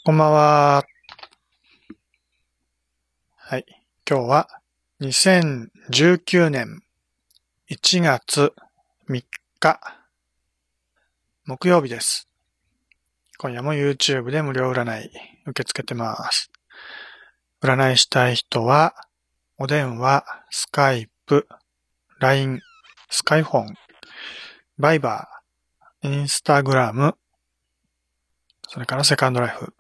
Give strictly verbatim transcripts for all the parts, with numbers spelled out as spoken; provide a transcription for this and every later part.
こんばんは。はい。今日はにせんじゅうきゅうねんいちがつみっか木曜日です。今夜も YouTube で無料占い受け付けてます。占いしたい人はお電話、スカイプ、ライン、スカイフォン、バイバー、インスタグラム、それからセカンドライフ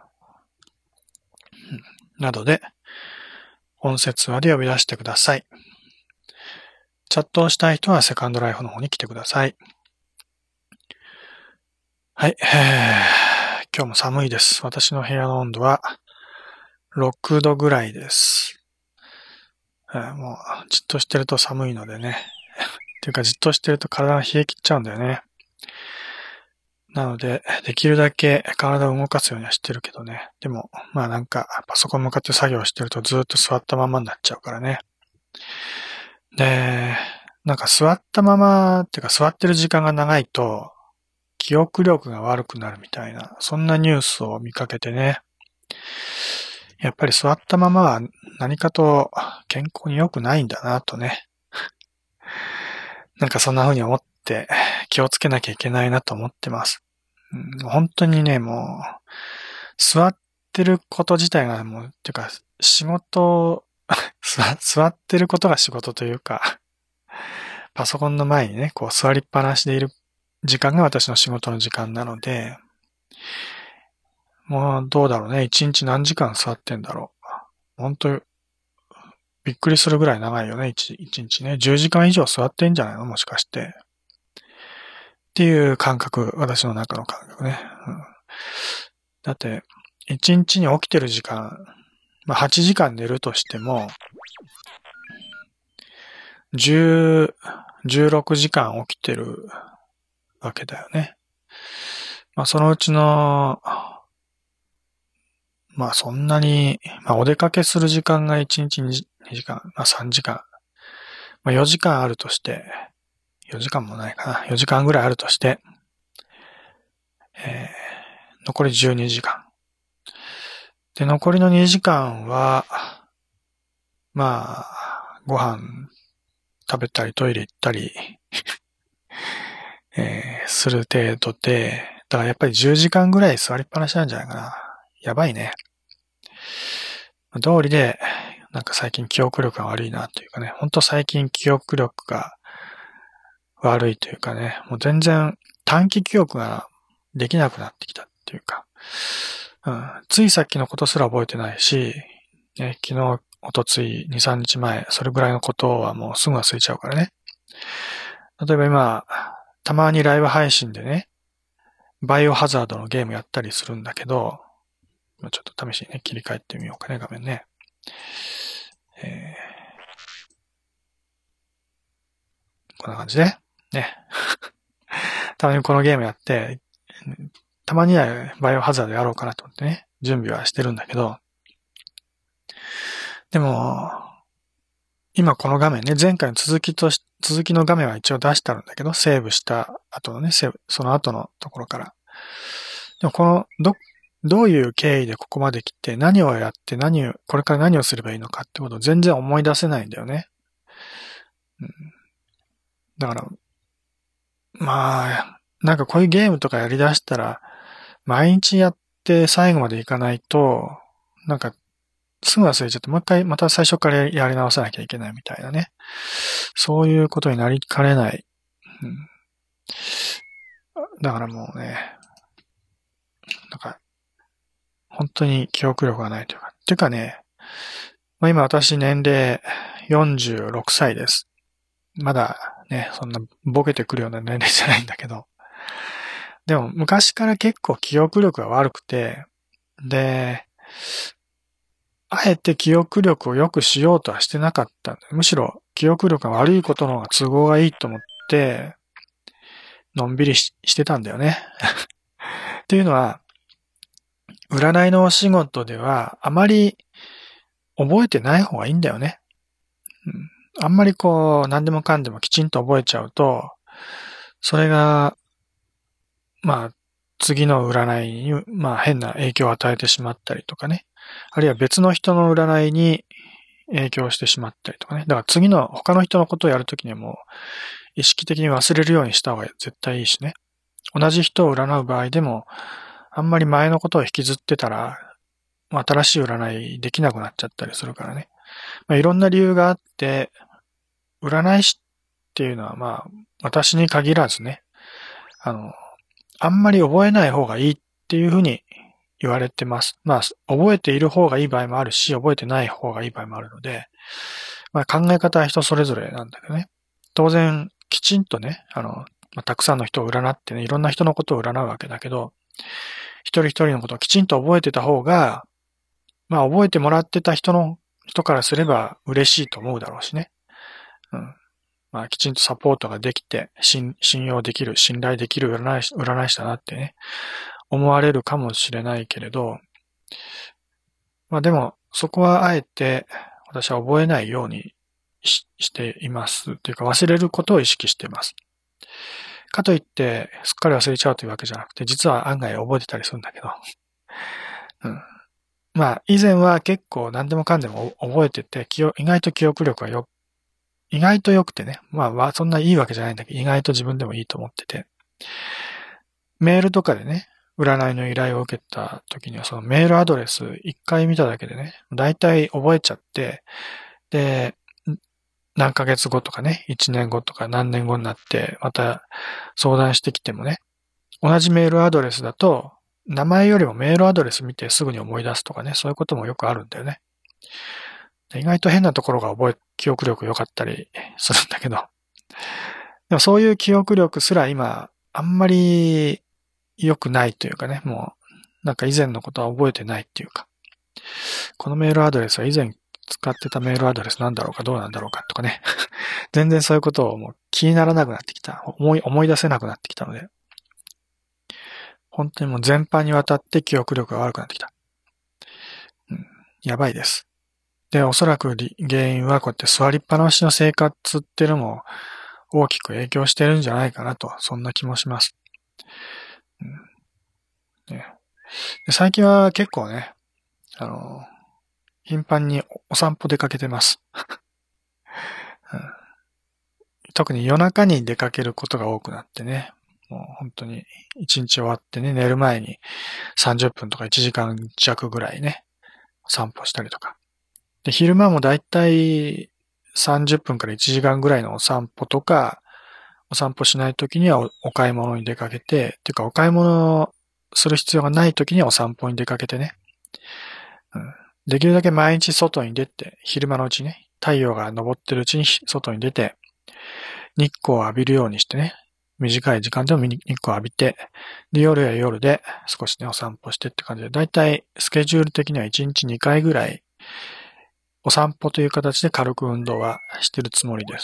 などで音声通話で呼び出してください。チャットをしたい人はセカンドライフの方に来てください。はい、えー、今日も寒いです。私の部屋の温度はろくどぐらいです。えー、もうじっとしてると寒いのでね。っていうかじっとしてると体が冷え切っちゃうんだよね。なので、できるだけ体を動かすようにはしてるけどね。でも、まあなんかパソコン向かって作業してるとずっと座ったままになっちゃうからね。で、なんか座ったまま、っていうか座ってる時間が長いと、記憶力が悪くなるみたいな、そんなニュースを見かけてね。やっぱり座ったままは何かと健康に良くないんだなとね。なんかそんな風に思って気をつけなきゃいけないなと思ってます。うん、本当にね、もう、座ってること自体がもう、っていうか、仕事、座ってることが仕事というか、パソコンの前にね、こう座りっぱなしでいる時間が私の仕事の時間なので、もうどうだろうね。一日何時間座ってんだろう。本当びっくりするぐらい長いよね。一日ね。じゅうじかん以上座ってんじゃないのもしかして。っていう感覚。私の中の感覚ね。うん、だって、一日に起きてる時間、まあはちじかん寝るとしても、じゅう、じゅうろくじかん起きてるわけだよね。まあそのうちの、まあそんなに、まあお出かけする時間がいちにちにじかん、まあさんじかん、まあよじかんあるとして、よじかんもないかな。よじかんぐらいあるとして、えー、残りじゅうにじかん。で、残りのにじかんは、まあ、ご飯食べたりトイレ行ったり、えー、する程度で、だからやっぱりじゅうじかんぐらい座りっぱなしなんじゃないかな。やばいね。通りで、なんか最近記憶力が悪いなというかね、ほんと最近記憶力が悪いというかね、もう全然短期記憶ができなくなってきたっていうか、うん、ついさっきのことすら覚えてないし、ね、昨日、おとつい、に、さんにちまえ、それぐらいのことはもうすぐ忘れちゃうからね。例えば今、たまにライブ配信でね、バイオハザードのゲームやったりするんだけど、ちょっと試しにね、切り替えてみようかね、画面ね。えー、こんな感じで、ね。たまにこのゲームやって、たまにはバイオハザードやろうかなと思ってね、準備はしてるんだけど、でも、今この画面ね、前回の続きとし、続きの画面は一応出してあるんだけど、セーブした後のね、セーブ、その後のところから。でもこの、ど、どういう経緯でここまで来て、何をやって何を、これから何をすればいいのかってことを全然思い出せないんだよね。うん、だから、まあ、なんかこういうゲームとかやり出したら、毎日やって最後までいかないと、なんかすぐ忘れちゃって、もう一回また最初からやり直さなきゃいけないみたいなね。そういうことになりかねない。うん、だからもうね、なんか、本当に記憶力がないというか。っていうかね、まあ、今私年齢よんじゅうろくさいです。まだね、そんなボケてくるような年齢じゃないんだけど。でも昔から結構記憶力が悪くて、で、あえて記憶力を良くしようとはしてなかったんで、むしろ記憶力が悪いことの方が都合がいいと思って、のんびり し, してたんだよね。っていうのは、占いのお仕事ではあまり覚えてない方がいいんだよね。うん、あんまりこう、何でもかんでもきちんと覚えちゃうと、それが、まあ、 次の占いに、まあ変な影響を与えてしまったりとかね。あるいは別の人の占いに影響してしまったりとかね。だから次の他の人のことをやるときにはもう意識的に忘れるようにした方が絶対いいしね。同じ人を占う場合でも、あんまり前のことを引きずってたら、新しい占いできなくなっちゃったりするからね。まあ、いろんな理由があって、占い師っていうのはまあ、私に限らずね、あの、あんまり覚えない方がいいっていうふうに言われてます。まあ、覚えている方がいい場合もあるし、覚えてない方がいい場合もあるので、まあ考え方は人それぞれなんだけどね。当然、きちんとね、あの、まあ、たくさんの人を占ってね、いろんな人のことを占うわけだけど、一人一人のことをきちんと覚えてた方が、まあ覚えてもらってた人の、人からすれば嬉しいと思うだろうしね。うん。まあきちんとサポートができて、信信用できる、信頼できる占い師、占い師だなってね、思われるかもしれないけれど、まあでも、そこはあえて私は覚えないようにししています。というか忘れることを意識しています。かといって、すっかり忘れちゃうというわけじゃなくて、実は案外覚えてたりするんだけど。うん、まあ、以前は結構何でもかんでも覚えてて、意外と記憶力はよ、意外と良くてね。まあ、そんないいわけじゃないんだけど、意外と自分でもいいと思ってて。メールとかでね、占いの依頼を受けた時には、そのメールアドレス一回見ただけでね、だいたい覚えちゃって、で、何ヶ月後とかね、一年後とか何年後になって、また相談してきてもね、同じメールアドレスだと、名前よりもメールアドレス見てすぐに思い出すとかね、そういうこともよくあるんだよね。意外と変なところが覚え、記憶力良かったりするんだけど。でもそういう記憶力すら今、あんまり良くないというかね、もう、なんか以前のことは覚えてないっていうか、このメールアドレスは以前使ってたメールアドレスなんだろうかどうなんだろうかとかね。全然そういうことをもう気にならなくなってきた。思い、思い出せなくなってきたので。本当にもう全般にわたって記憶力が悪くなってきた。うん、やばいです。で、おそらく原因はこうやって座りっぱなしの生活っていうのも大きく影響してるんじゃないかなと、そんな気もします。うんね、で最近は結構ね、あの、頻繁にお散歩出かけてます。うん、特に夜中に出かけることが多くなってね、もう本当に一日終わってね、寝る前にさんじゅっぷんとかいちじかん弱ぐらいね、散歩したりとか。で、昼間もだいたいさんじゅっぷんからいちじかんぐらいのお散歩とか、お散歩しないときには お, お買い物に出かけて、っていうかお買い物する必要がないときにはお散歩に出かけてね、うん。できるだけ毎日外に出て、昼間のうちね、太陽が昇ってるうちに外に出て、日光を浴びるようにしてね、短い時間でも日光を浴びて、で、夜や夜で少しね、お散歩してって感じで、だいたいスケジュール的にはいちにちにかいぐらい、お散歩という形で軽く運動はしてるつもりです。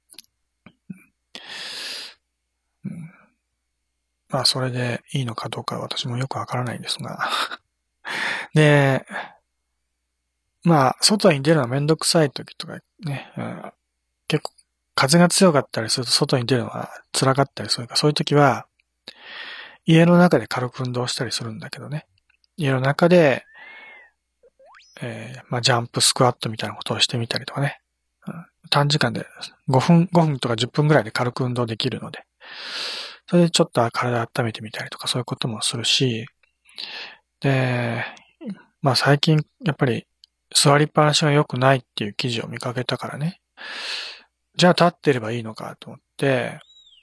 うん、まあ、それでいいのかどうかは私もよくわからないんですが。で、まあ、外に出るのはめんどくさい時とかね、うん、結構風が強かったりすると外に出るのは辛かったりするから、そういう時は、家の中で軽く運動したりするんだけどね。家の中で、えー、まあ、ジャンプスクワットみたいなことをしてみたりとかね。うん、短時間でごふん、ごふんとかじゅっぷんぐらいで軽く運動できるので、それでちょっと体温めてみたりとかそういうこともするし、で、まあ最近やっぱり座りっぱなしが良くないっていう記事を見かけたからね。じゃあ立ってればいいのかと思って、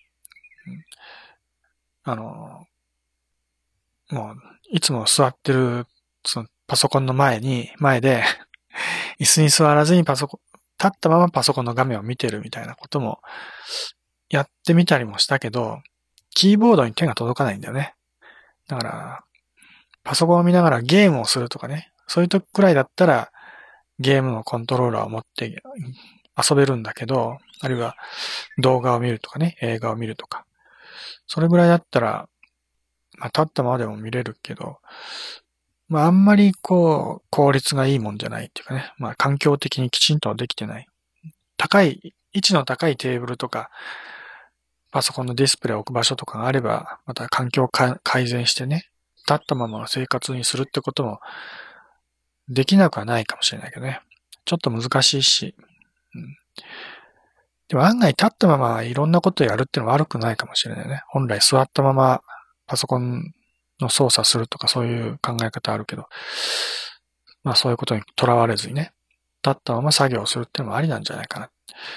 あの、もういつも座ってるそのパソコンの前に、前で椅子に座らずにパソコン、立ったままパソコンの画面を見てるみたいなこともやってみたりもしたけど、キーボードに手が届かないんだよね。だから、パソコンを見ながらゲームをするとかね、そういう時くらいだったらゲームのコントローラーを持って遊べるんだけど、あるいは動画を見るとかね、映画を見るとか。それぐらいだったら、まあ立ったままでも見れるけど、まああんまりこう、効率がいいもんじゃないっていうかね、まあ環境的にきちんとできてない。高い、位置の高いテーブルとか、 パソコンのディスプレイを置く場所とかがあれば、また環境を改善してね、立ったままの生活にするってこともできなくはないかもしれないけどね。ちょっと難しいし、うん、でも案外立ったままいろんなことをやるってのは悪くないかもしれないね。本来座ったままパソコンの操作するとかそういう考え方あるけど、まあそういうことにとらわれずにね、立ったまま作業するってのもありなんじゃないかな。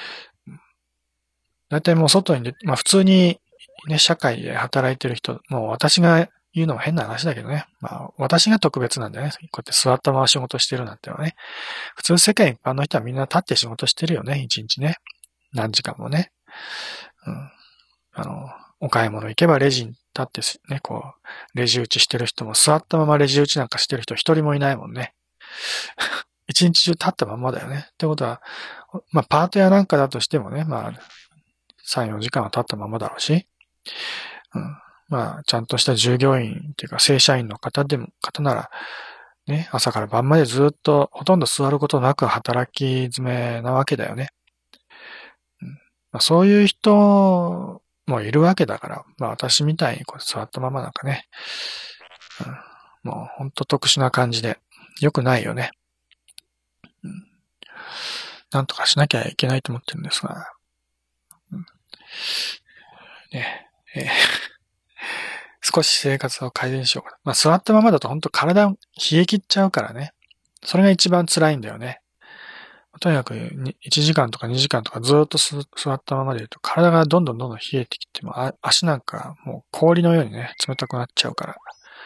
だいたいもう外に出、まあ普通にね、社会で働いてる人、もう私が言うのも変な話だけどね。まあ私が特別なんだよね。こうやって座ったまま仕事してるなんてのはね。普通世界一般の人はみんな立って仕事してるよね、一日ね。何時間もね。うん。あの、お買い物行けばレジに立ってね、こう、レジ打ちしてる人も座ったままレジ打ちなんかしてる人一人もいないもんね。一日中立ったままだよね。ってことは、まあパートやなんかだとしてもね、まあ、さん、よじかんは経ったままだろうし、うん、まあ、ちゃんとした従業員っていうか正社員の方でも、方なら、ね、朝から晩までずっとほとんど座ることなく働き詰めなわけだよね。うんまあ、そういう人もいるわけだから、まあ私みたいにこう座ったままなんかね、うん、もうほんと特殊な感じで良くないよね、うん。なんとかしなきゃいけないと思ってるんですが、うんねえー、少し生活を改善しようか。まあ座ったままだと本当体冷え切っちゃうからね。それが一番辛いんだよね。とにかくいちじかんとかにじかんとかずっと座ったままでいると体がどんどんどんどん冷えてきて、も足なんかもう氷のようにね、冷たくなっちゃうから。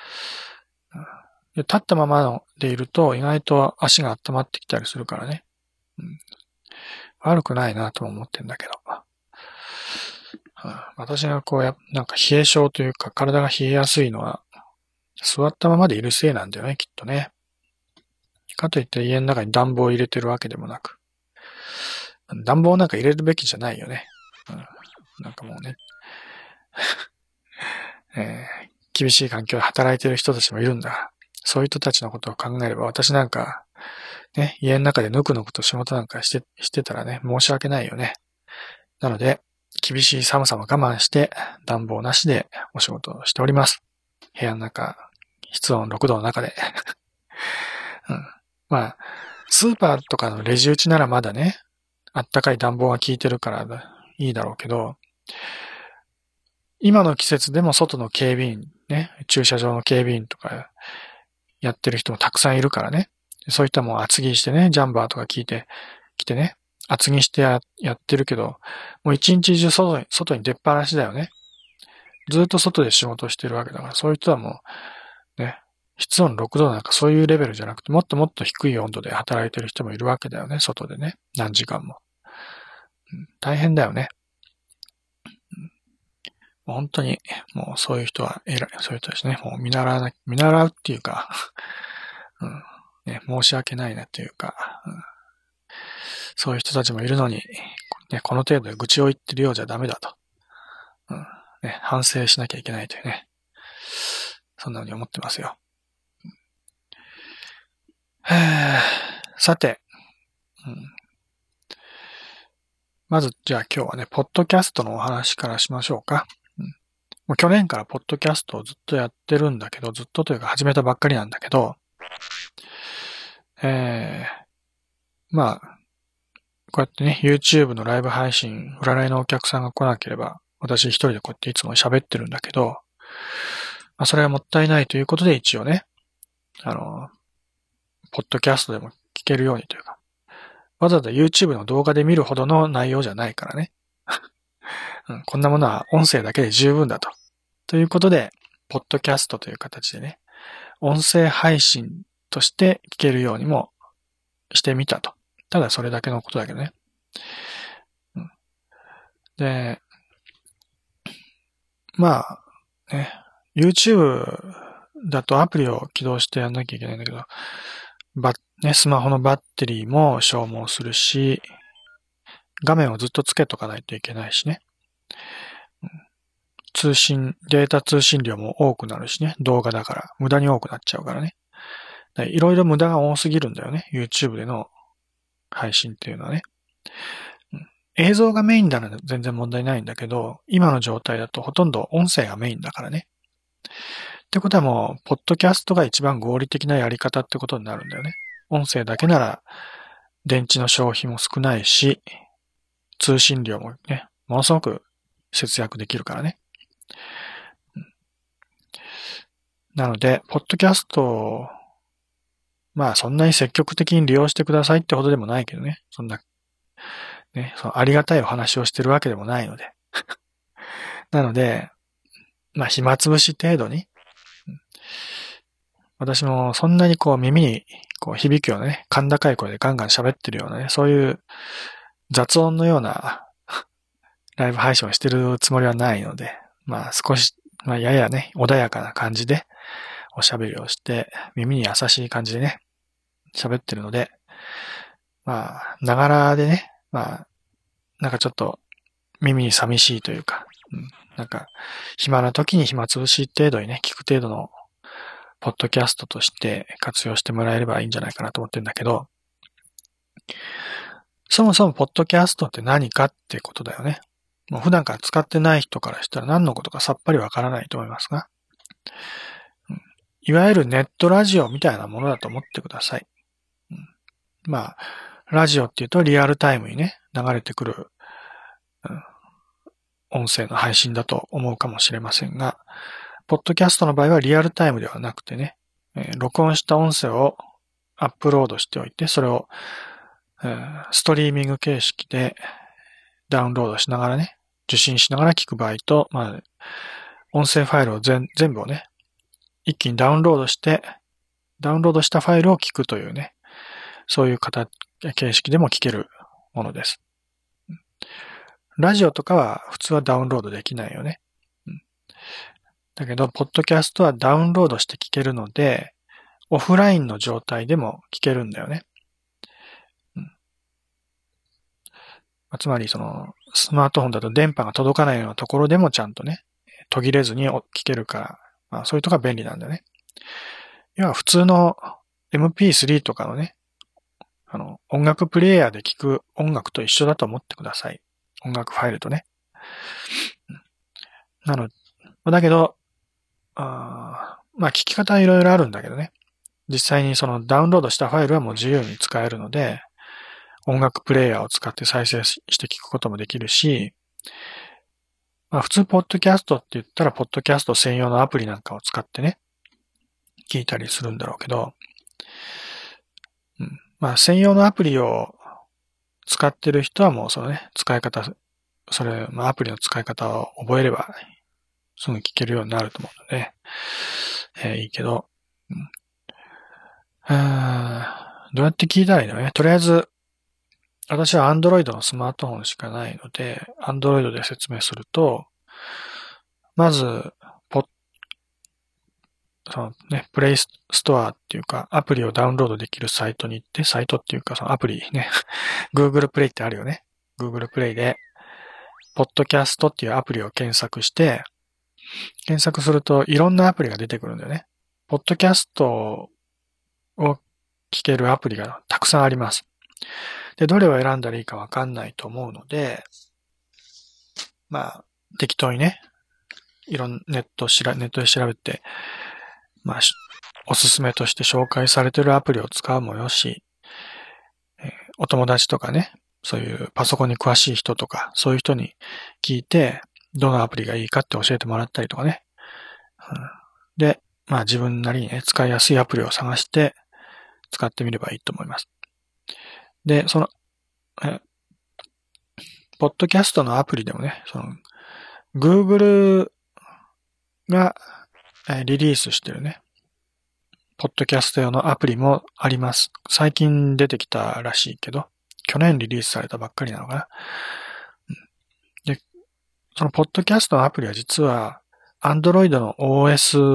で立ったままでいると意外と足が温まってきたりするからね。うん、悪くないなと思ってんだけど。私がこうや、なんか冷え性というか体が冷えやすいのは座ったままでいるせいなんだよね、きっとね。かといって家の中に暖房を入れてるわけでもなく。暖房なんか入れるべきじゃないよね。うん、なんかもうね、えー、厳しい環境で働いてる人たちもいるんだ。そういう人たちのことを考えれば私なんか、ね、家の中でぬくぬくと仕事なんかして、してたらね、申し訳ないよね。なので、厳しい寒さも我慢して暖房なしでお仕事をしております。部屋の中、室温ろくどの中で。うん、まあ、スーパーとかのレジ打ちならまだね、あったかい暖房が効いてるからいいだろうけど、今の季節でも外の警備員、ね、駐車場の警備員とかやってる人もたくさんいるからね。そういったもう厚着してね、ジャンバーとか聞いて、来てね、厚着してややってるけど、もう一日中外に、外に出っ放しだよね。ずっと外で仕事してるわけだから、そういう人はもう、ね、室温ろくどなんかそういうレベルじゃなくて、もっともっと低い温度で働いてる人もいるわけだよね、外でね。何時間も。うん、大変だよね。うん、本当に、もうそういう人は偉い、そういう人ですね。もう見習わな、見習うっていうか、うんね、申し訳ないなっていうか、うん、そういう人たちもいるのに、ね、この程度で愚痴を言ってるようじゃダメだと。うんね、反省しなきゃいけないというね。そんな風に思ってますよ。さて、うん、まず、じゃあ今日はね、ポッドキャストのお話からしましょうか。うん、もう去年からポッドキャストをずっとやってるんだけど、ずっとというか始めたばっかりなんだけど、えー、まあ、こうやってね、YouTube のライブ配信、占いのお客さんが来なければ、私一人でこうやっていつも喋ってるんだけど、まあ、それはもったいないということで一応ね、あの、ポッドキャストでも聞けるようにというか、わざわざ YouTube の動画で見るほどの内容じゃないからね。うん、こんなものは音声だけで十分だと。ということで、ポッドキャストという形でね、音声配信として聞けるようにもしてみたと。ただそれだけのことだけどね。うん、で、まあ、ね、YouTube だとアプリを起動してやんなきゃいけないんだけど、バね、スマホのバッテリーも消耗するし、画面をずっとつけとかないといけないしね。通信、データ通信量も多くなるしね。動画だから。無駄に多くなっちゃうからね。いろいろ無駄が多すぎるんだよね。YouTube での配信っていうのはね。 映像がメインなら全然問題ないんだけど、今の状態だとほとんど音声がメインだからね。ってことはもう、ポッドキャストが一番合理的なやり方ってことになるんだよね。音声だけなら、電池の消費も少ないし、通信量もね、ものすごく節約できるからね。なので、ポッドキャストを、まあそんなに積極的に利用してくださいってほどでもないけどね。そんな、ね、そのありがたいお話をしてるわけでもないので。なので、まあ暇つぶし程度に、私もそんなにこう耳にこう響くようなね、甲高い声でガンガン喋ってるようなね、そういう雑音のようなライブ配信をしてるつもりはないので、まあ少し、まあややね、穏やかな感じでおしゃべりをして、耳に優しい感じでね、喋ってるので、まあ、ながらでね、まあ、なんかちょっと耳に寂しいというか、うん、なんか暇な時に暇つぶし程度にね、聞く程度のポッドキャストとして活用してもらえればいいんじゃないかなと思ってるんだけど、そもそもポッドキャストって何かってことだよね。もう普段から使ってない人からしたら何のことかさっぱりわからないと思いますが、うん、いわゆるネットラジオみたいなものだと思ってください。うん、まあ、ラジオっていうとリアルタイムにね、流れてくる、うん、音声の配信だと思うかもしれませんが、ポッドキャストの場合はリアルタイムではなくてね、えー、録音した音声をアップロードしておいて、それを、えー、ストリーミング形式でダウンロードしながらね、受信しながら聞く場合と、まあ、音声ファイルを全全部をね、一気にダウンロードして、ダウンロードしたファイルを聞くというね、そういう形、形式でも聞けるものです。ラジオとかは普通はダウンロードできないよね。うん、だけど、ポッドキャストはダウンロードして聞けるので、オフラインの状態でも聞けるんだよね。うん、つまり、その、スマートフォンだと電波が届かないようなところでもちゃんとね、途切れずに聞けるから、まあ、そういうとこが便利なんだよね。要は普通の エムピースリー とかのね、あの、音楽プレイヤーで聞く音楽と一緒だと思ってください。音楽ファイルとね。なの、だけど、あまあ聞き方はいろいろあるんだけどね。実際にそのダウンロードしたファイルはもう自由に使えるので、音楽プレイヤーを使って再生して聞くこともできるし、まあ普通ポッドキャストって言ったら、ポッドキャスト専用のアプリなんかを使ってね、聞いたりするんだろうけど、うん、まあ専用のアプリを使ってる人はもうそのね、使い方、それ、まあアプリの使い方を覚えれば、すぐ聞けるようになると思うので、えー、いいけど、うん、あどうやって聞いたらいいのね。とりあえず、私は Android のスマートフォンしかないので、Android で説明すると、まず、ポッ、そのね、プレイストアっていうか、アプリをダウンロードできるサイトに行って、サイトっていうか、そのアプリね、Google Play ってあるよね。Google Play で、ポッドキャストっていうアプリを検索して、検索するといろんなアプリが出てくるんだよね。ポッドキャストを聞けるアプリがたくさんあります。で、どれを選んだらいいかわかんないと思うので、まあ、適当にね、いろんなネットしら、ネットで調べて、まあ、おすすめとして紹介されているアプリを使うもよし、えー、お友達とかね、そういうパソコンに詳しい人とか、そういう人に聞いて、どのアプリがいいかって教えてもらったりとかね。うん、で、まあ自分なりにね、使いやすいアプリを探して使ってみればいいと思います。で、その、え、ポッドキャストのアプリでもね、その、Google がリリースしてるね、ポッドキャスト用のアプリもあります。最近出てきたらしいけど、去年リリースされたばっかりなのかな。で、そのポッドキャストのアプリは実は、Android の オーエス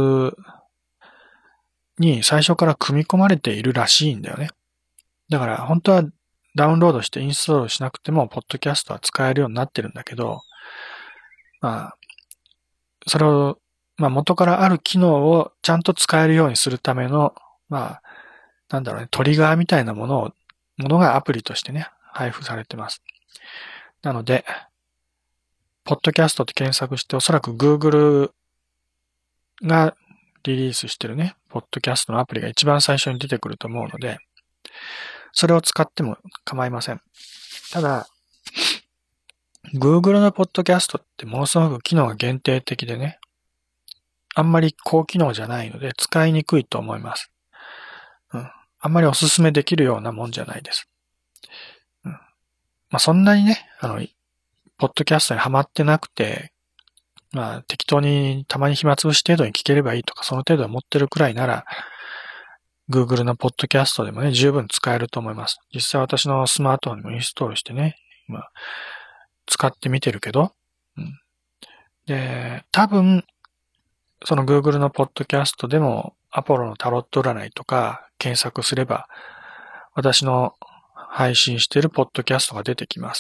に最初から組み込まれているらしいんだよね。だから本当はダウンロードしてインストールしなくても、ポッドキャストは使えるようになってるんだけど、まあ、それを、まあ元からある機能をちゃんと使えるようにするための、まあ、なんだろうね、トリガーみたいなものを、ものがアプリとしてね、配布されてます。 なので、ポッドキャストって検索して、おそらく Google がリリースしてるね、ポッドキャストのアプリが一番最初に出てくると思うので、それを使っても構いません。ただ、Google のポッドキャストってものすごく機能が限定的でね、あんまり高機能じゃないので使いにくいと思います。うん。あんまりおすすめできるようなもんじゃないです。うん。まあ、そんなにね、あの、ポッドキャストにハマってなくて、まあ、適当にたまに暇つぶし程度に聞ければいいとか、その程度を持ってるくらいなら、Google のポッドキャストでもね、十分使えると思います。実際私のスマートフォンにもインストールしてね、今、使ってみてるけど、うん、で、多分、その Google のポッドキャストでも、アポロのタロット占いとか検索すれば、私の配信しているポッドキャストが出てきます。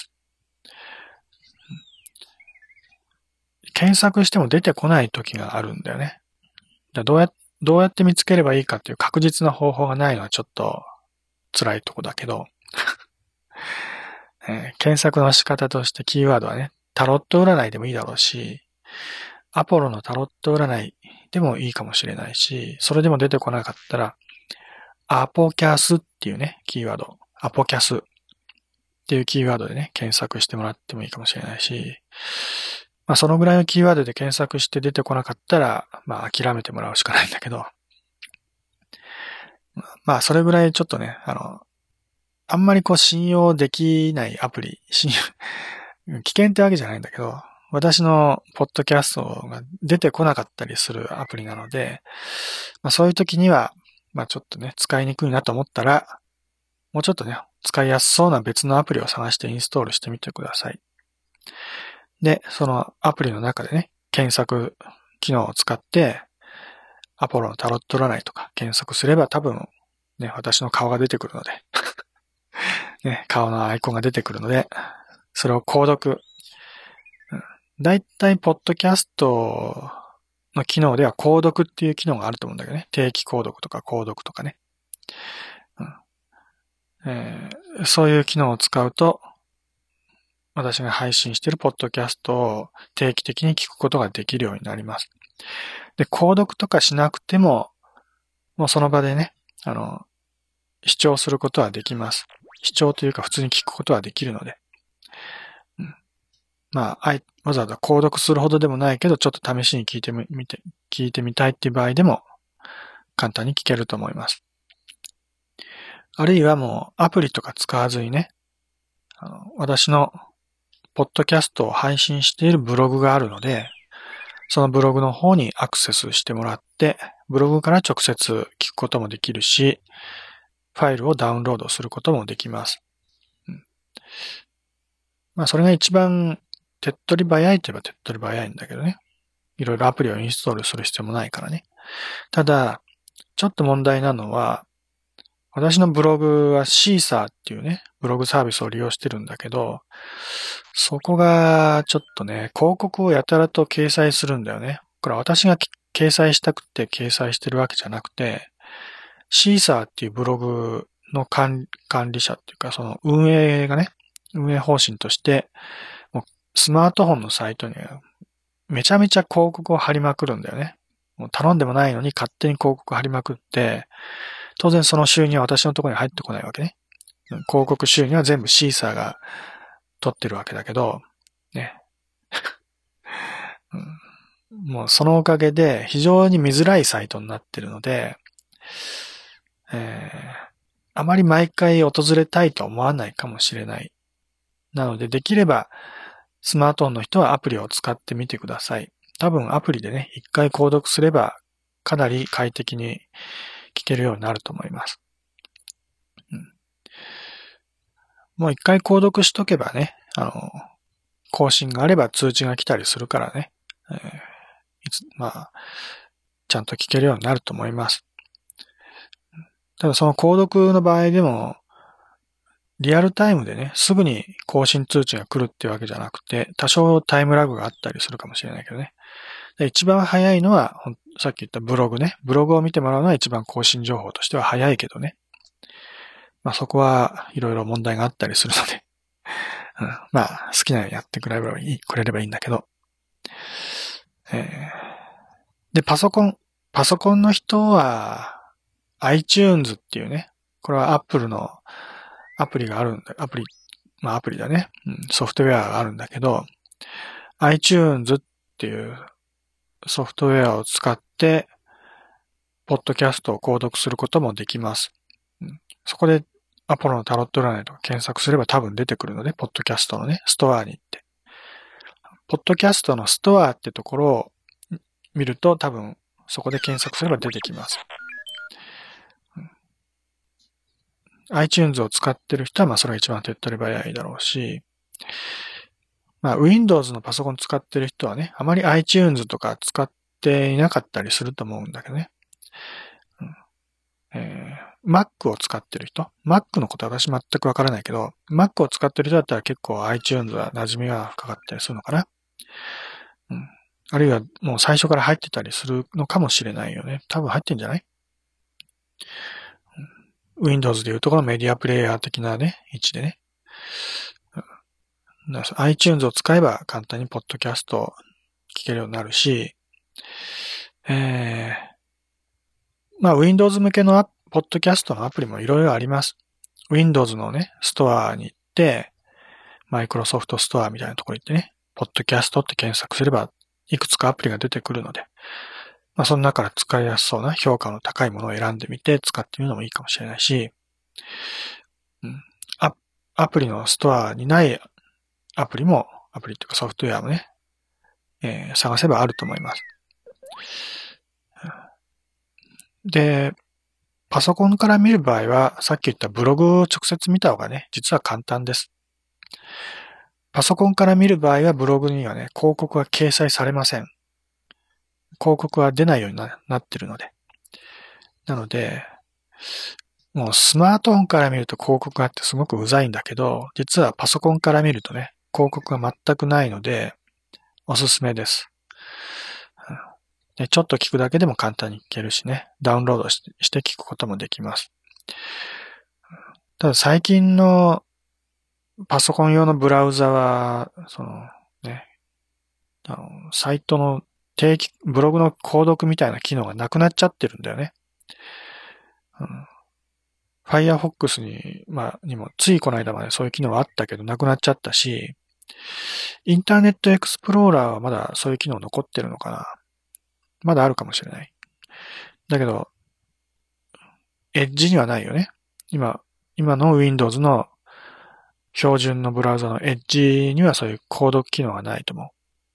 検索しても出てこない時があるんだよね。どうや、どうやって見つければいいかっていう確実な方法がないのはちょっと辛いとこだけど、えー、検索の仕方としてキーワードはね、タロット占いでもいいだろうし、アポロのタロット占いでもいいかもしれないし、それでも出てこなかったら、アポキャスっていうね、キーワード、アポキャスっていうキーワードでね、検索してもらってもいいかもしれないし、まあそのぐらいのキーワードで検索して出てこなかったら、まあ諦めてもらうしかないんだけど、まあそれぐらいちょっとね、あの、あんまりこう信用できないアプリ、信用、危険ってわけじゃないんだけど、私のポッドキャストが出てこなかったりするアプリなので、まあそういう時には、まあちょっとね、使いにくいなと思ったら、もうちょっとね、使いやすそうな別のアプリを探してインストールしてみてください。で、そのアプリの中でね、検索機能を使って、アポロのタロット占いとか検索すれば多分、ね、私の顔が出てくるので、ね、顔のアイコンが出てくるので、それを購読。だいたいポッドキャストの機能では購読っていう機能があると思うんだけどね。定期購読とか購読とかね。うんえー、そういう機能を使うと、私が配信しているポッドキャストを定期的に聞くことができるようになります。で、購読とかしなくても、もうその場でね、あの、視聴することはできます。視聴というか普通に聞くことはできるので。うん、まあ、わざわざ購読するほどでもないけど、ちょっと試しに聞いてみて、聞いてみたいっていう場合でも、簡単に聞けると思います。あるいはもう、アプリとか使わずにね、あの私のポッドキャストを配信しているブログがあるので、そのブログの方にアクセスしてもらって、ブログから直接聞くこともできるし、ファイルをダウンロードすることもできます。うん、まあ、それが一番手っ取り早いといえば手っ取り早いんだけどね。いろいろアプリをインストールする必要もないからね。ただ、ちょっと問題なのは、私のブログはシーサーっていうね、ブログサービスを利用してるんだけど、そこがちょっとね、広告をやたらと掲載するんだよね。これは私が掲載したくて掲載してるわけじゃなくて、シーサーっていうブログの管理者っていうか、その運営がね、運営方針として、もうスマートフォンのサイトにめちゃめちゃ広告を貼りまくるんだよね。もう頼んでもないのに勝手に広告貼りまくって、当然その収入は私のところに入ってこないわけね。広告収入は全部シーサーが取ってるわけだけど、ね。うん、もうそのおかげで非常に見づらいサイトになってるので、えー、あまり毎回訪れたいとは思わないかもしれない。なのでできればスマートフォンの人はアプリを使ってみてください。多分アプリでね、一回購読すればかなり快適に聞けるようになると思います。うん、もう一回購読しとけばね、あの、更新があれば通知が来たりするからね、えー、いつ、まあ、ちゃんと聞けるようになると思います。ただその購読の場合でも、リアルタイムでね、すぐに更新通知が来るっていうわけじゃなくて、多少タイムラグがあったりするかもしれないけどね。で一番早いのは、さっき言ったブログね。ブログを見てもらうのは一番更新情報としては早いけどね。まあそこはいろいろ問題があったりするので、 うん、まあ、好きなようにやってくれればいい、くれればいいんだけど。えー、で、パソコン、パソコンの人は iTunes っていうね、これは Apple のアプリがあるんだ、アプリ、まあアプリだね、うん、ソフトウェアがあるんだけど、iTunes っていうソフトウェアを使って、ポッドキャストを購読することもできます。うん、そこでアポロのタロット占いとか検索すれば多分出てくるので、ポッドキャストのね、ストアに行って。ポッドキャストのストアってところを見ると多分そこで検索すれば出てきます。うん、iTunes を使ってる人はまあそれが一番手っ取り早いだろうし、まあ Windows のパソコン使ってる人はね、あまり iTunes とか使っていなかったりすると思うんだけどね。うんえー、Mac を使ってる人 ?Mac のことは私全くわからないけど、Mac を使ってる人だったら結構 iTunes は馴染みが深かったりするのかな。うん。あるいはもう最初から入ってたりするのかもしれないよね。多分入ってんじゃない、うん、?Windows でいうとこのメディアプレイヤー的なね、位置でね。うん、iTunes を使えば簡単にポッドキャストを聞けるようになるし、えー、まあ Windows 向けのポッドキャストのアプリもいろいろあります。Windows のね、ストアに行って、マイクロソフトストアみたいなところ行ってね、ポッドキャストって検索すれば、いくつかアプリが出てくるので、まあ、その中から使いやすそうな評価の高いものを選んでみて使ってみるのもいいかもしれないし、うん、ア, アプリのストアにないアプリも、アプリっていうかソフトウェアもね、えー、探せばあると思います。で、パソコンから見る場合は、さっき言ったブログを直接見た方がね、実は簡単です。パソコンから見る場合はブログにはね、広告は掲載されません。広告は出ないように な, なってるので。なので、もうスマートフォンから見ると広告があってすごくうざいんだけど、実はパソコンから見るとね、広告が全くないので、おすすめです。でちょっと聞くだけでも簡単に聞けるしね、ダウンロードして聞くこともできます。ただ最近のパソコン用のブラウザは、そのね、あのサイトの定期、ブログの購読みたいな機能がなくなっちゃってるんだよね。うん、Firefox に、まあ、にもついこの間までそういう機能はあったけどなくなっちゃったし、インターネットエクスプローラーはまだそういう機能残ってるのかな。まだあるかもしれない。だけど、エッジにはないよね。今、今の Windows の標準のブラウザのエッジにはそういう購読機能がないと思う。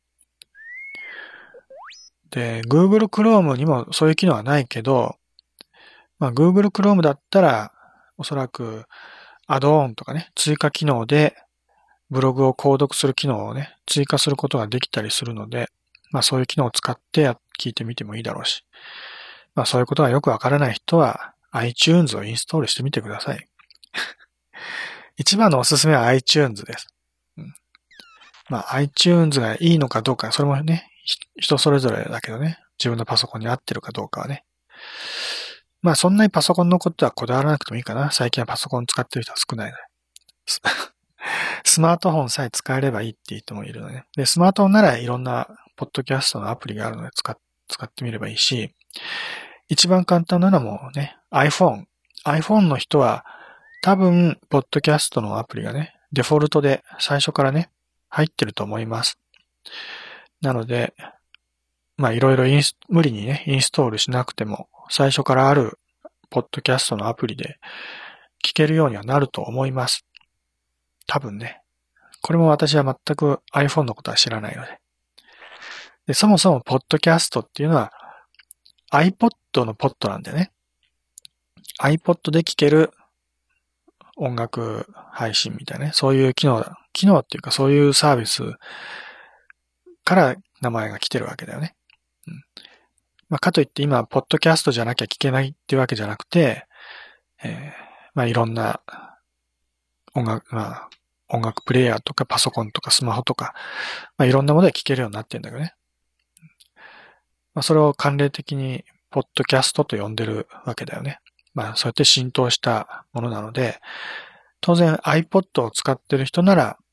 で、Google Chrome にもそういう機能はないけど、まあ、Google Chrome だったら、おそらくアドオンとかね、追加機能でブログを購読する機能をね、追加することができたりするので、まあそういう機能を使って聞いてみてもいいだろうし、まあそういうことがよくわからない人は iTunes をインストールしてみてください。一番のおすすめは iTunes です。うん、まあ iTunes がいいのかどうか、それもね、人それぞれだけどね、自分のパソコンに合ってるかどうかはね。まあそんなにパソコンのことはこだわらなくてもいいかな。最近はパソコン使ってる人は少ないので。スマートフォンさえ使えればいいっていう人もいるのね。で、スマートフォンならいろんなポッドキャストのアプリがあるので使っ使ってみればいいし、一番簡単なのはもうね、iPhone。iPhone の人は多分、ポッドキャストのアプリがね、デフォルトで最初からね、入ってると思います。なので、まあいろいろインス、無理にね、インストールしなくても、最初からあるポッドキャストのアプリで聞けるようにはなると思います。多分ね。これも私は全く iPhone のことは知らないので。で、そもそもポッドキャストっていうのは iPod のポッドなんだよね。iPod で聞ける音楽配信みたいなね。そういう機能、機能っていうかそういうサービスから名前が来てるわけだよね。うん、まあ、かといって今、ポッドキャストじゃなきゃ聞けないっていうわけじゃなくて、えー、まあいろんな音楽、まあ音楽プレイヤーとかパソコンとかスマホとか、まあいろんなもので聞けるようになってるんだけどね。まあそれを慣例的にポッドキャストと呼んでるわけだよね。まあそうやって浸透したものなので、当然 iPod を使ってる人なら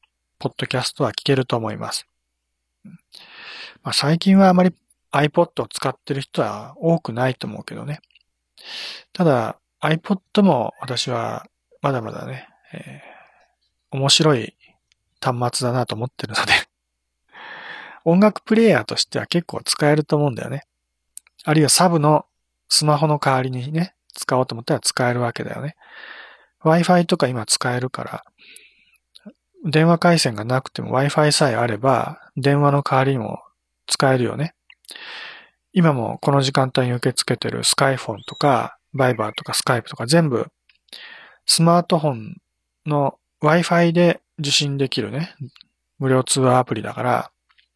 ポッドキャストは聞けると思います。まあ、最近はあまり iPod を使ってる人は多くないと思うけどね。ただ iPod も私はまだまだね、えー、面白い端末だなと思ってるので音楽プレイヤーとしては結構使えると思うんだよね。あるいはサブのスマホの代わりにね、使おうと思ったら使えるわけだよね。Wi-Fi とか今使えるから、電話回線がなくても Wi-Fi さえあれば、電話の代わりにも使えるよね。今もこの時間帯に受け付けてるスカイフォンとか、バイバーとかスカイプとか全部、スマートフォンの Wi-Fi で受信できるね、無料通話アプリだから、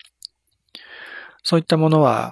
そういったものは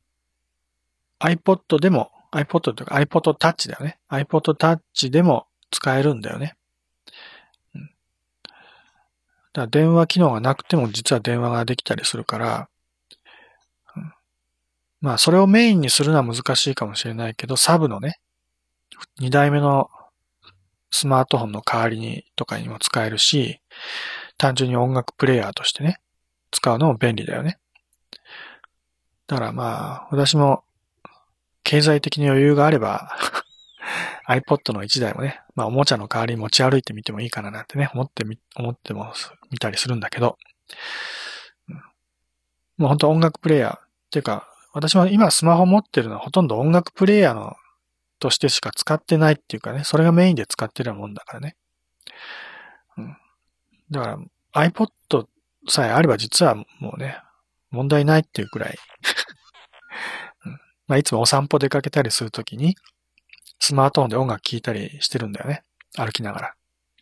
iPod でも、iPod というか iPod Touch だよね。iPod Touch でも使えるんだよね。うん、だから電話機能がなくても実は電話ができたりするから、うん、まあそれをメインにするのは難しいかもしれないけど、サブのね、に代目のスマートフォンの代わりにとかにも使えるし、単純に音楽プレイヤーとしてね、使うのも便利だよね。だからまあ、私も経済的に余裕があればiPod のいちだいもね、まあおもちゃの代わりに持ち歩いてみてもいいかななんてね、思ってみ、思っても見たりするんだけど、うん、もう本当音楽プレイヤーっていうか、私も今スマホ持ってるのはほとんど音楽プレイヤーのとしてしか使ってないっていうかね、それがメインで使ってるようなもんだからね。うん、だから iPod さえあれば実はもうね、問題ないっていうくらい、うん、まあいつもお散歩出かけたりするときに、スマートフォンで音楽聴いたりしてるんだよね。歩きながら。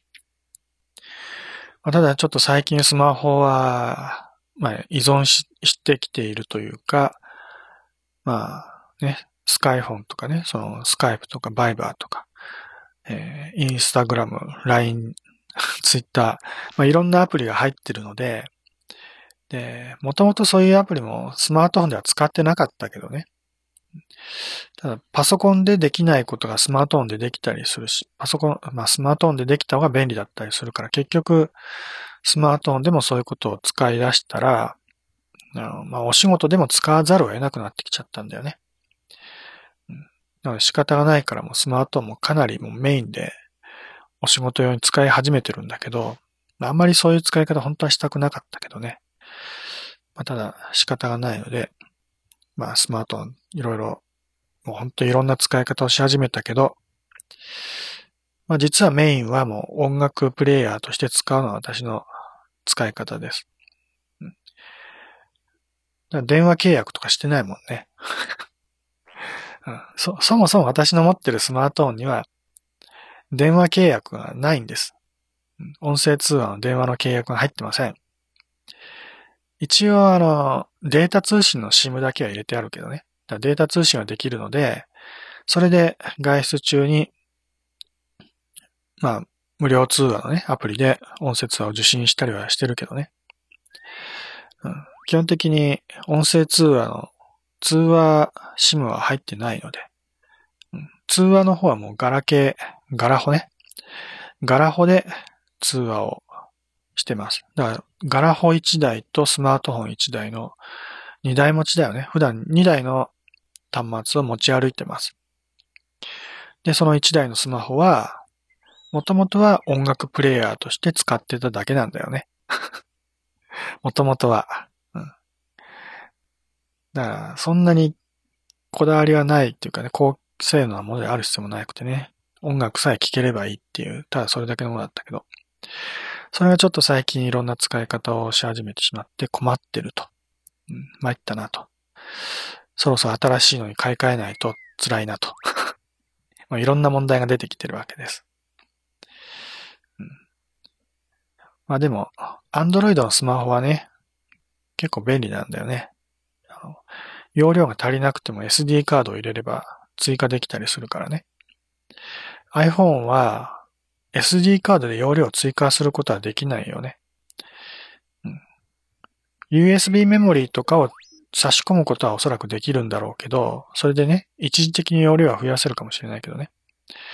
まあ、ただちょっと最近スマホは、まあ依存 し, してきているというか、まあね、スカイフォンとかね、そのスカイプとかバイバーとか、えー、インスタグラム、ライン、ツイッター、まあいろんなアプリが入ってるので、で、もともとそういうアプリもスマートフォンでは使ってなかったけどね。ただ、パソコンでできないことがスマートフォンでできたりするし、パソコン、まあスマートフォンでできた方が便利だったりするから、結局、スマートフォンでもそういうことを使い出したら、まあお仕事でも使わざるを得なくなってきちゃったんだよね。うん、なので仕方がないからもうスマートフォンもかなりもうメインでお仕事用に使い始めてるんだけど、あんまりそういう使い方本当はしたくなかったけどね。まあ、ただ仕方がないので、まあスマートフォンいろいろもう本当にいろんな使い方をし始めたけど、まあ実はメインはもう音楽プレイヤーとして使うのは私の使い方です。うん、だから電話契約とかしてないもんね、うん、そ。そもそも私の持ってるスマートフォンには電話契約がないんです。音声通話の電話の契約が入ってません。一応あの、データ通信の SIM だけは入れてあるけどね。だデータ通信はできるので、それで外出中に、まあ、無料通話のね、アプリで音声通話を受信したりはしてるけどね。うん、基本的に音声通話の通話 SIM は入ってないので、うん、通話の方はもうガラケー、ガラホね。ガラホで通話をしてます。だから、ガラホいちだいとスマートフォンいちだいのにだい持ちだよね。普段にだいの端末を持ち歩いてます。で、そのいちだいのスマホは、もともとは音楽プレイヤーとして使ってただけなんだよね。もともとは。うん。だから、そんなにこだわりはないっていうかね、高性能なものである必要もなくてね。音楽さえ聴ければいいっていう、ただそれだけのものだったけど。それがちょっと最近いろんな使い方をし始めてしまって困ってると。うん、参ったなと。そろそろ新しいのに買い替えないと辛いなと。まあいろんな問題が出てきてるわけです。うん、まあでも、Android のスマホはね、結構便利なんだよね。あの容量が足りなくても エスディー カードを入れれば追加できたりするからね。iPhone は エスディー カードで容量を追加することはできないよね。うん、ユーエスビー メモリーとかを差し込むことはおそらくできるんだろうけど、それでね、一時的に容量は増やせるかもしれないけどね。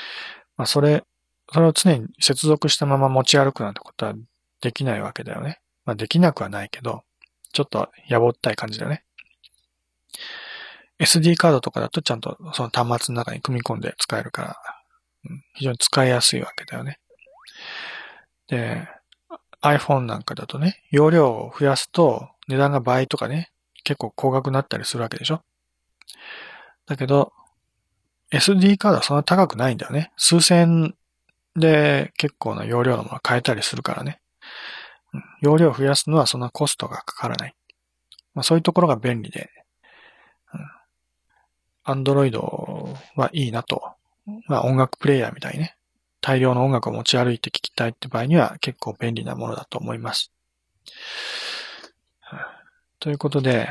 まあそれ、それを常に接続したまま持ち歩くなんてことはできないわけだよね。 まあできなくはないけど、ちょっとやぼったい感じだよね。エスディー カードとかだとちゃんとその端末の中に組み込んで使えるから、うん、非常に使いやすいわけだよね。で、iPhone なんかだとね、容量を増やすと値段が倍とかね、結構高額になったりするわけでしょ。だけど、エスディー カードはそんな高くないんだよね。数千円で結構な容量のものを買えたりするからね。うん、容量を増やすのはそんなコストがかからない。まあ、そういうところが便利で、うん、Android はいいなと。まあ音楽プレイヤーみたいにね、大量の音楽を持ち歩いて聴きたいって場合には結構便利なものだと思います。ということで、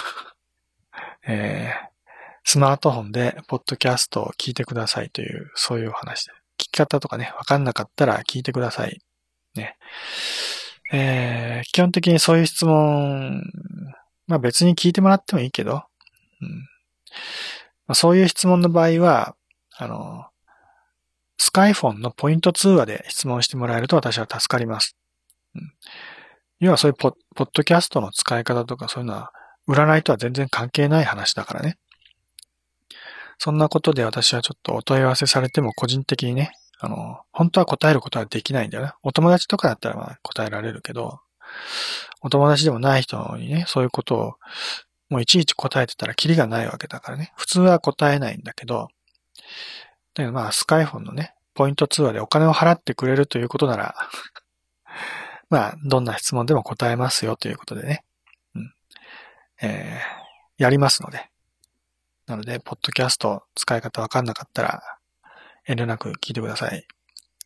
えー、スマートフォンでポッドキャストを聞いてくださいという、そういうお話で。聞き方とかね、わかんなかったら聞いてください。ね。えー、基本的にそういう質問、まあ別に聞いてもらってもいいけど、うん、まあ、そういう質問の場合は、あの、スカイフォンのポイント通話で質問してもらえると私は助かります。うん、要はそういうポッ、ポッドキャストの使い方とかそういうのは、占いとは全然関係ない話だからね。そんなことで私はちょっとお問い合わせされても個人的にね、あの、本当は答えることはできないんだよね。お友達とかだったらまあ答えられるけど、お友達でもない人にね、そういうことをもういちいち答えてたらキリがないわけだからね。普通は答えないんだけど、だけどまあスカイフォンのね、ポイント通話でお金を払ってくれるということなら、まあどんな質問でも答えますよということでね。うん、えー、やりますので。なので、ポッドキャスト使い方わかんなかったら、遠慮なく聞いてください。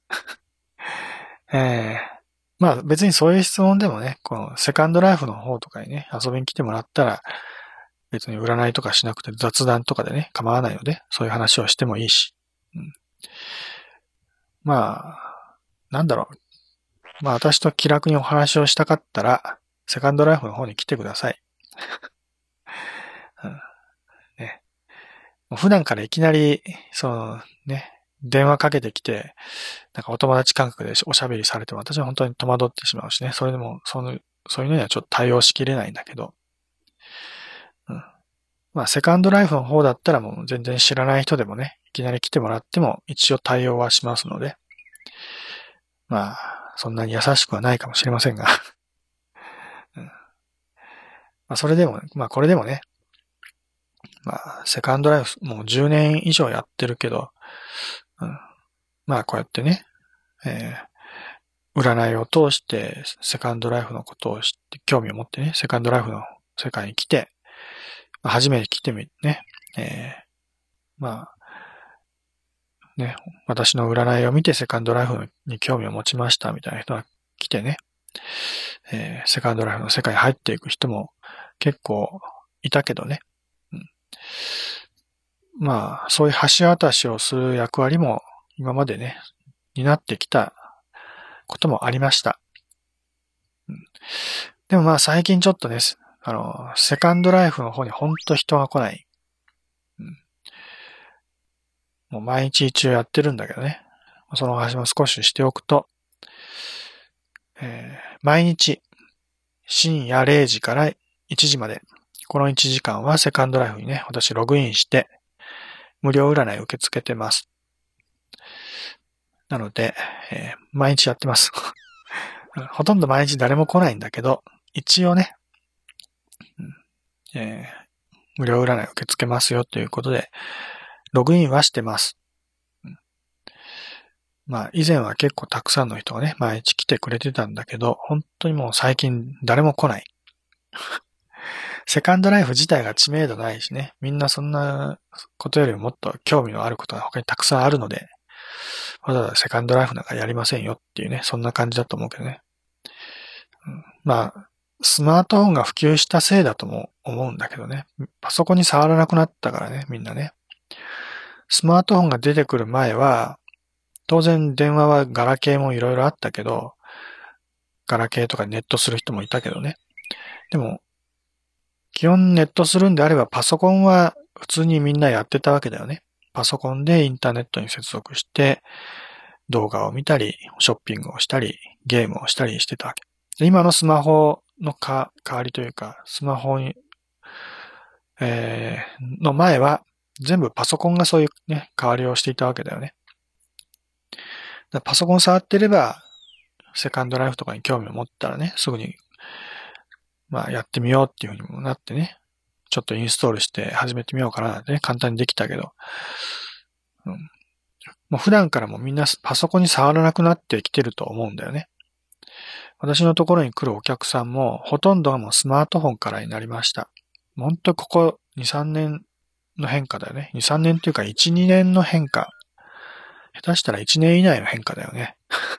えー、まあ別にそういう質問でもね、このセカンドライフの方とかにね、遊びに来てもらったら、別に占いとかしなくて雑談とかでね、構わないので、そういう話をしてもいいし。うん、まあ、なんだろう。まあ私と気楽にお話をしたかったら、セカンドライフの方に来てください。うんね、普段からいきなり、そのね、電話かけてきて、なんかお友達感覚でおしゃべりされても私は本当に戸惑ってしまうしね。それでも、その、そういうのにはちょっと対応しきれないんだけど。うん。まあ、セカンドライフの方だったらもう全然知らない人でもね、いきなり来てもらっても一応対応はしますので。まあ、そんなに優しくはないかもしれませんが。うん、まあ、それでも、まあ、これでもね、まあ、セカンドライフもうじゅうねん以上やってるけど、うん、まあ、こうやってね、えー、占いを通して、セカンドライフのことを知って、興味を持ってね、セカンドライフの世界に来て、初めて来てみ、ね、えー、まあ、ね、私の占いを見てセカンドライフに興味を持ちましたみたいな人が来てね、えー、セカンドライフの世界に入っていく人も結構いたけどね。うん、まあ、そういう橋渡しをする役割も今までね、担ってきたこともありました。うん、でもまあ最近ちょっとね、あの、セカンドライフの方にほんと人が来ない。うん、もう毎日一応やってるんだけどね。その話も少ししておくと、えー、毎日深夜れいじからいちじまで、このいちじかんはセカンドライフにね、私ログインして、無料占い受け付けてます。なので、えー、毎日やってます。ほとんど毎日誰も来ないんだけど、一応ね、うんえー、無料占い受け付けますよということで、ログインはしてます。うん、まあ、以前は結構たくさんの人がね、毎日来てくれてたんだけど、本当にもう最近誰も来ない。セカンドライフ自体が知名度ないしね、みんなそんなことよりももっと興味のあることが他にたくさんあるので、わざわざセカンドライフなんかやりませんよっていうね、そんな感じだと思うけどね。うん、まあ、スマートフォンが普及したせいだとも思うんだけどね。パソコンに触らなくなったからね、みんなね。スマートフォンが出てくる前は、当然電話はガラケーもいろいろあったけど、ガラケーとかネットする人もいたけどね。でも、基本ネットするんであればパソコンは普通にみんなやってたわけだよね。パソコンでインターネットに接続して動画を見たり、ショッピングをしたり、ゲームをしたりしてたわけ。 で今のスマホのか代わりというか、スマホに、えー、の前は全部パソコンがそういうね、代わりをしていたわけだよね。だからパソコン触ってれば、セカンドライフとかに興味を持ったらね、すぐに、まあやってみようっていうふうにもなってね、ちょっとインストールして始めてみようかなってね、簡単にできたけど、うん、もう普段からもみんなパソコンに触らなくなってきてると思うんだよね。私のところに来るお客さんもほとんどがもうスマートフォンからになりました。本当ここに、さんねんの変化だよね。に、さんねんっていうかいち、にねんの変化。下手したらいちねん以内の変化だよね。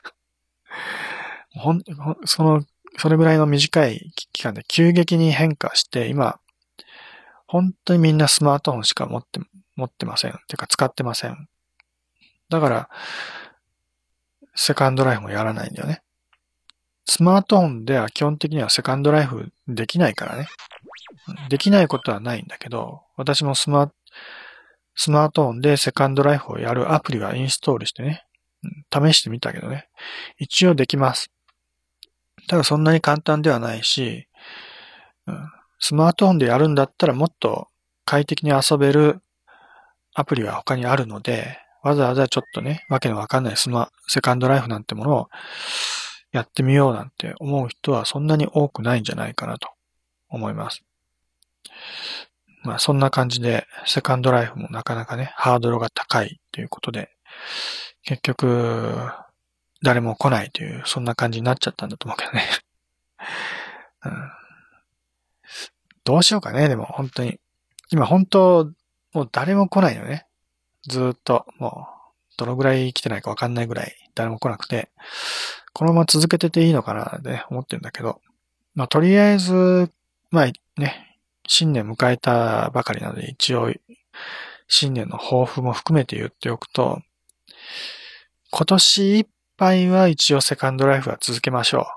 ほん、ほんその、それぐらいの短い期間で急激に変化して、今、本当にみんなスマートフォンしか持って、持ってません。っていうか使ってません。だから、セカンドライフもやらないんだよね。スマートフォンでは基本的にはセカンドライフできないからね。できないことはないんだけど、私もスマ、スマートフォンでセカンドライフをやるアプリはインストールしてね、試してみたけどね。一応できます。ただそんなに簡単ではないし、うん、スマートフォンでやるんだったらもっと快適に遊べるアプリは他にあるので、わざわざちょっとね、わけのわかんないスマ、セカンドライフなんてものをやってみようなんて思う人はそんなに多くないんじゃないかなと思います。まあそんな感じでセカンドライフもなかなかね、ハードルが高いということで、結局誰も来ないという、そんな感じになっちゃったんだと思うけどね。うん、どうしようかね、でも本当に。今本当、もう誰も来ないよね。ずーっと、もう、どのぐらい来てないかわかんないぐらい誰も来なくて、このまま続けてていいのかなって思ってるんだけど、まあとりあえず、まあね、新年迎えたばかりなので一応、新年の抱負も含めて言っておくと、今年いっぱいは一応セカンドライフは続けましょ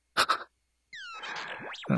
う。うん、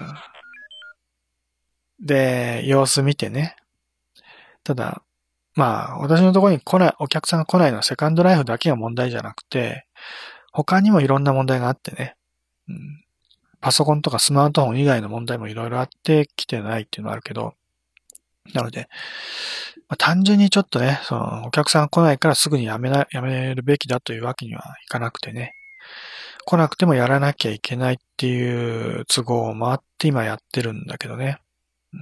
で、様子見てね。ただ、まあ、私のところに来ない、お客さんが来ないのはセカンドライフだけが問題じゃなくて、他にもいろんな問題があってね。うん、パソコンとかスマートフォン以外の問題もいろいろあって来てないっていうのはあるけど、なので、まあ、単純にちょっとね、そのお客さんが来ないからすぐにやめな、やめるべきだというわけにはいかなくてね。来なくてもやらなきゃいけないっていう都合もあって今やってるんだけどね。うん、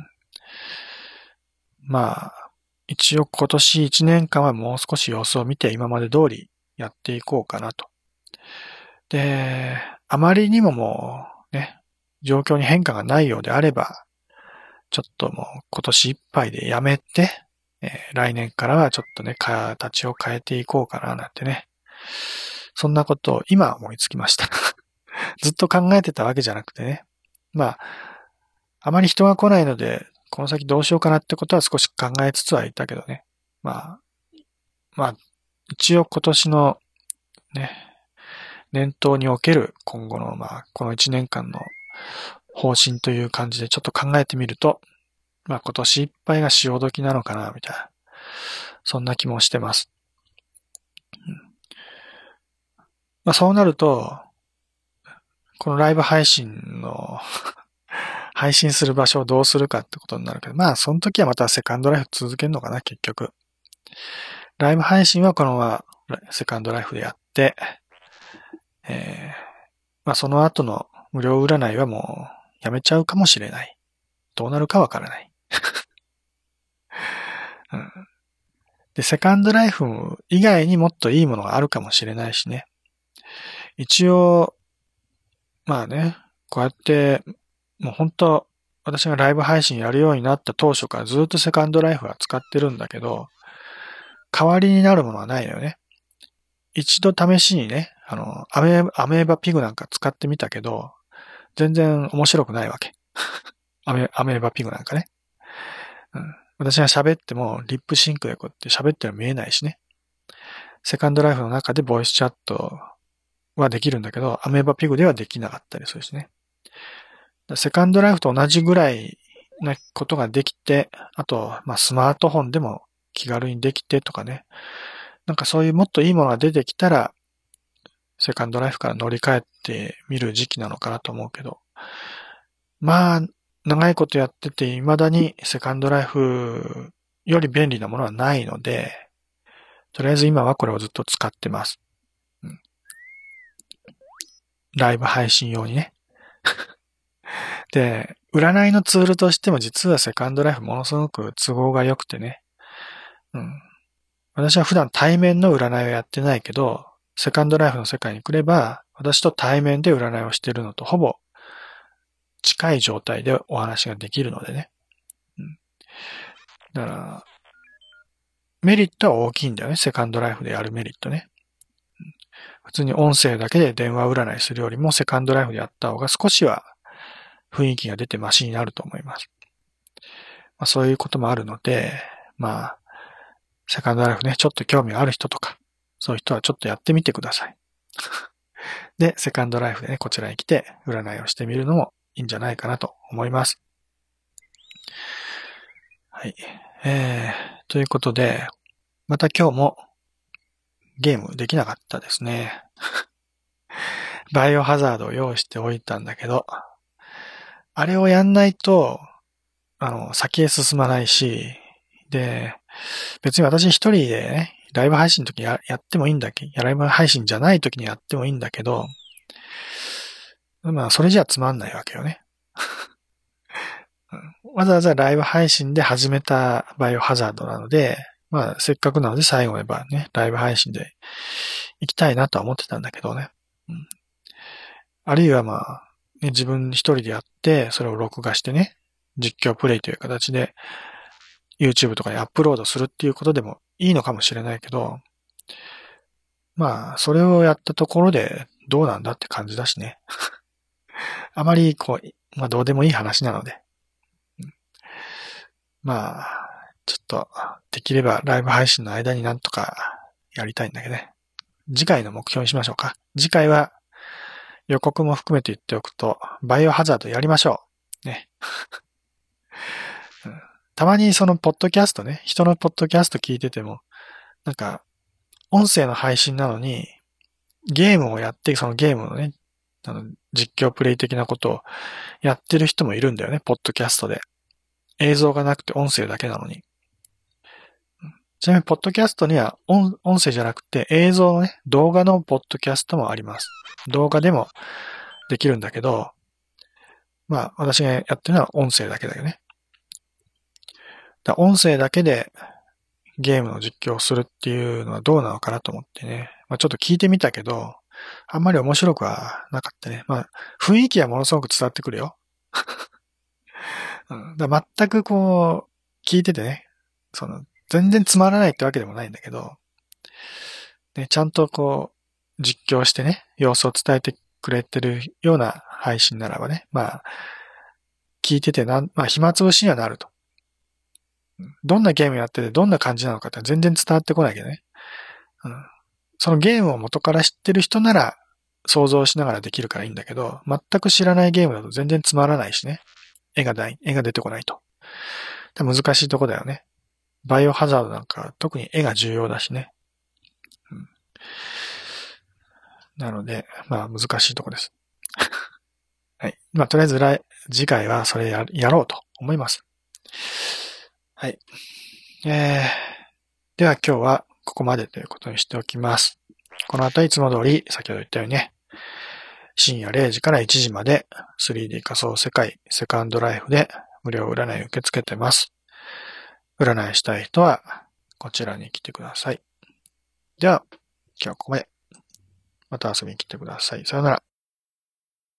まあ、一応今年いちねんかんはもう少し様子を見て今まで通りやっていこうかなと。で、あまりにももうね、状況に変化がないようであれば、ちょっともう今年いっぱいでやめて、えー、来年からはちょっとね、形を変えていこうかななんてね。そんなことを今思いつきました。ずっと考えてたわけじゃなくてね。まあ、あまり人が来ないので、この先どうしようかなってことは少し考えつつはいたけどね。まあ、まあ、一応今年のね、念頭における今後の、まあ、このいちねんかんの方針という感じでちょっと考えてみると、まあ今年いっぱいが潮時なのかな、みたいな。そんな気もしてます。うん、まあそうなると、このライブ配信の配信する場所をどうするかってことになるけど、まあその時はまたセカンドライフ続けるのかな、結局。ライブ配信はこのままセカンドライフでやって、えー、まあその後の無料占いはもうやめちゃうかもしれない。どうなるかわからない。うん、で、セカンドライフ以外にもっといいものがあるかもしれないしね。一応、まあね、こうやって、もう本当、私がライブ配信やるようになった当初からずっとセカンドライフは使ってるんだけど、代わりになるものはないのよね。一度試しにね、あの、アメアメーバピグなんか使ってみたけど、全然面白くないわけ。アメアメーバピグなんかね。うん、私が喋ってもリップシンクでこうやって喋ってるの見えないしね。セカンドライフの中でボイスチャットはできるんだけど、アメーバピグではできなかったりするしね。セカンドライフと同じぐらいなことができて、あと、まあ、スマートフォンでも気軽にできてとかね。なんかそういうもっといいものが出てきたら、 セカンドライフから乗り換えてみる時期なのかなと思うけど、まあ、長いことやってて未だにセカンドライフより便利なものはないので、とりあえず今はこれをずっと使ってます。うん、ライブ配信用にね。で、占いのツールとしても実はセカンドライフものすごく都合が良くてね。うん、私は普段対面の占いをやってないけど、セカンドライフの世界に来れば、私と対面で占いをしているのとほぼ近い状態でお話ができるのでね。うん、だから、メリットは大きいんだよね。セカンドライフでやるメリットね。うん、普通に音声だけで電話占いするよりもセカンドライフでやった方が少しは雰囲気が出てマシになると思います。まあ、そういうこともあるので、まあ、セカンドライフね、ちょっと興味がある人とか、そういう人はちょっとやってみてください。で、セカンドライフでね、こちらに来て占いをしてみるのもいいんじゃないかなと思います。はい。えー、ということで、また今日もゲームできなかったですね。バイオハザードを用意しておいたんだけど、あれをやんないと、あの、先へ進まないし、で、別に私一人でね、ライブ配信の時に や, やってもいいんだけど、ライブ配信じゃない時にやってもいいんだけど、まあ、それじゃつまんないわけよね。わざわざライブ配信で始めたバイオハザードなので、まあ、せっかくなので最後までね、ライブ配信で行きたいなとは思ってたんだけどね。うん、あるいはまあ、ね、自分一人でやって、それを録画してね、実況プレイという形で YouTube とかにアップロードするっていうことでもいいのかもしれないけど、まあ、それをやったところでどうなんだって感じだしね。あまりこう、まあどうでもいい話なので。うん、まあ、ちょっと、できればライブ配信の間になんとかやりたいんだけどね。次回の目標にしましょうか。次回は予告も含めて言っておくと、バイオハザードやりましょう。ね。うん、たまにそのポッドキャストね、人のポッドキャスト聞いてても、なんか、音声の配信なのに、ゲームをやって、そのゲームのね、あの、実況プレイ的なことをやってる人もいるんだよね、ポッドキャストで。映像がなくて音声だけなのに。ちなみに、ポッドキャストには音、音声じゃなくて映像のね、動画のポッドキャストもあります。動画でもできるんだけど、まあ、私がやってるのは音声だけだよね。だ音声だけでゲームの実況をするっていうのはどうなのかなと思ってね。まあ、ちょっと聞いてみたけど、あんまり面白くはなかったね。まあ、雰囲気はものすごく伝わってくるよ。うん、だ全くこう、聞いててね、その、全然つまらないってわけでもないんだけど、ね、ちゃんとこう、実況してね、様子を伝えてくれてるような配信ならばね、まあ、聞いててなん、まあ、暇つぶしにはなると。どんなゲームやっててどんな感じなのかって全然伝わってこないけどね。うん、そのゲームを元から知ってる人なら想像しながらできるからいいんだけど、全く知らないゲームだと全然つまらないしね。絵がない、絵が出てこないと。難しいとこだよね。バイオハザードなんか特に絵が重要だしね。うん、なので、まあ難しいとこです。はい。まあとりあえず来、次回はそれややろうと思います。はい。えー、では今日はここまでということにしておきます。この後はいつも通り先ほど言ったようにね、深夜れいじからいちじまで スリーディー 仮想世界セカンドライフで無料占い受け付けてます。占いしたい人はこちらに来てください。では、今日はここまで。また遊びに来てください。さよなら。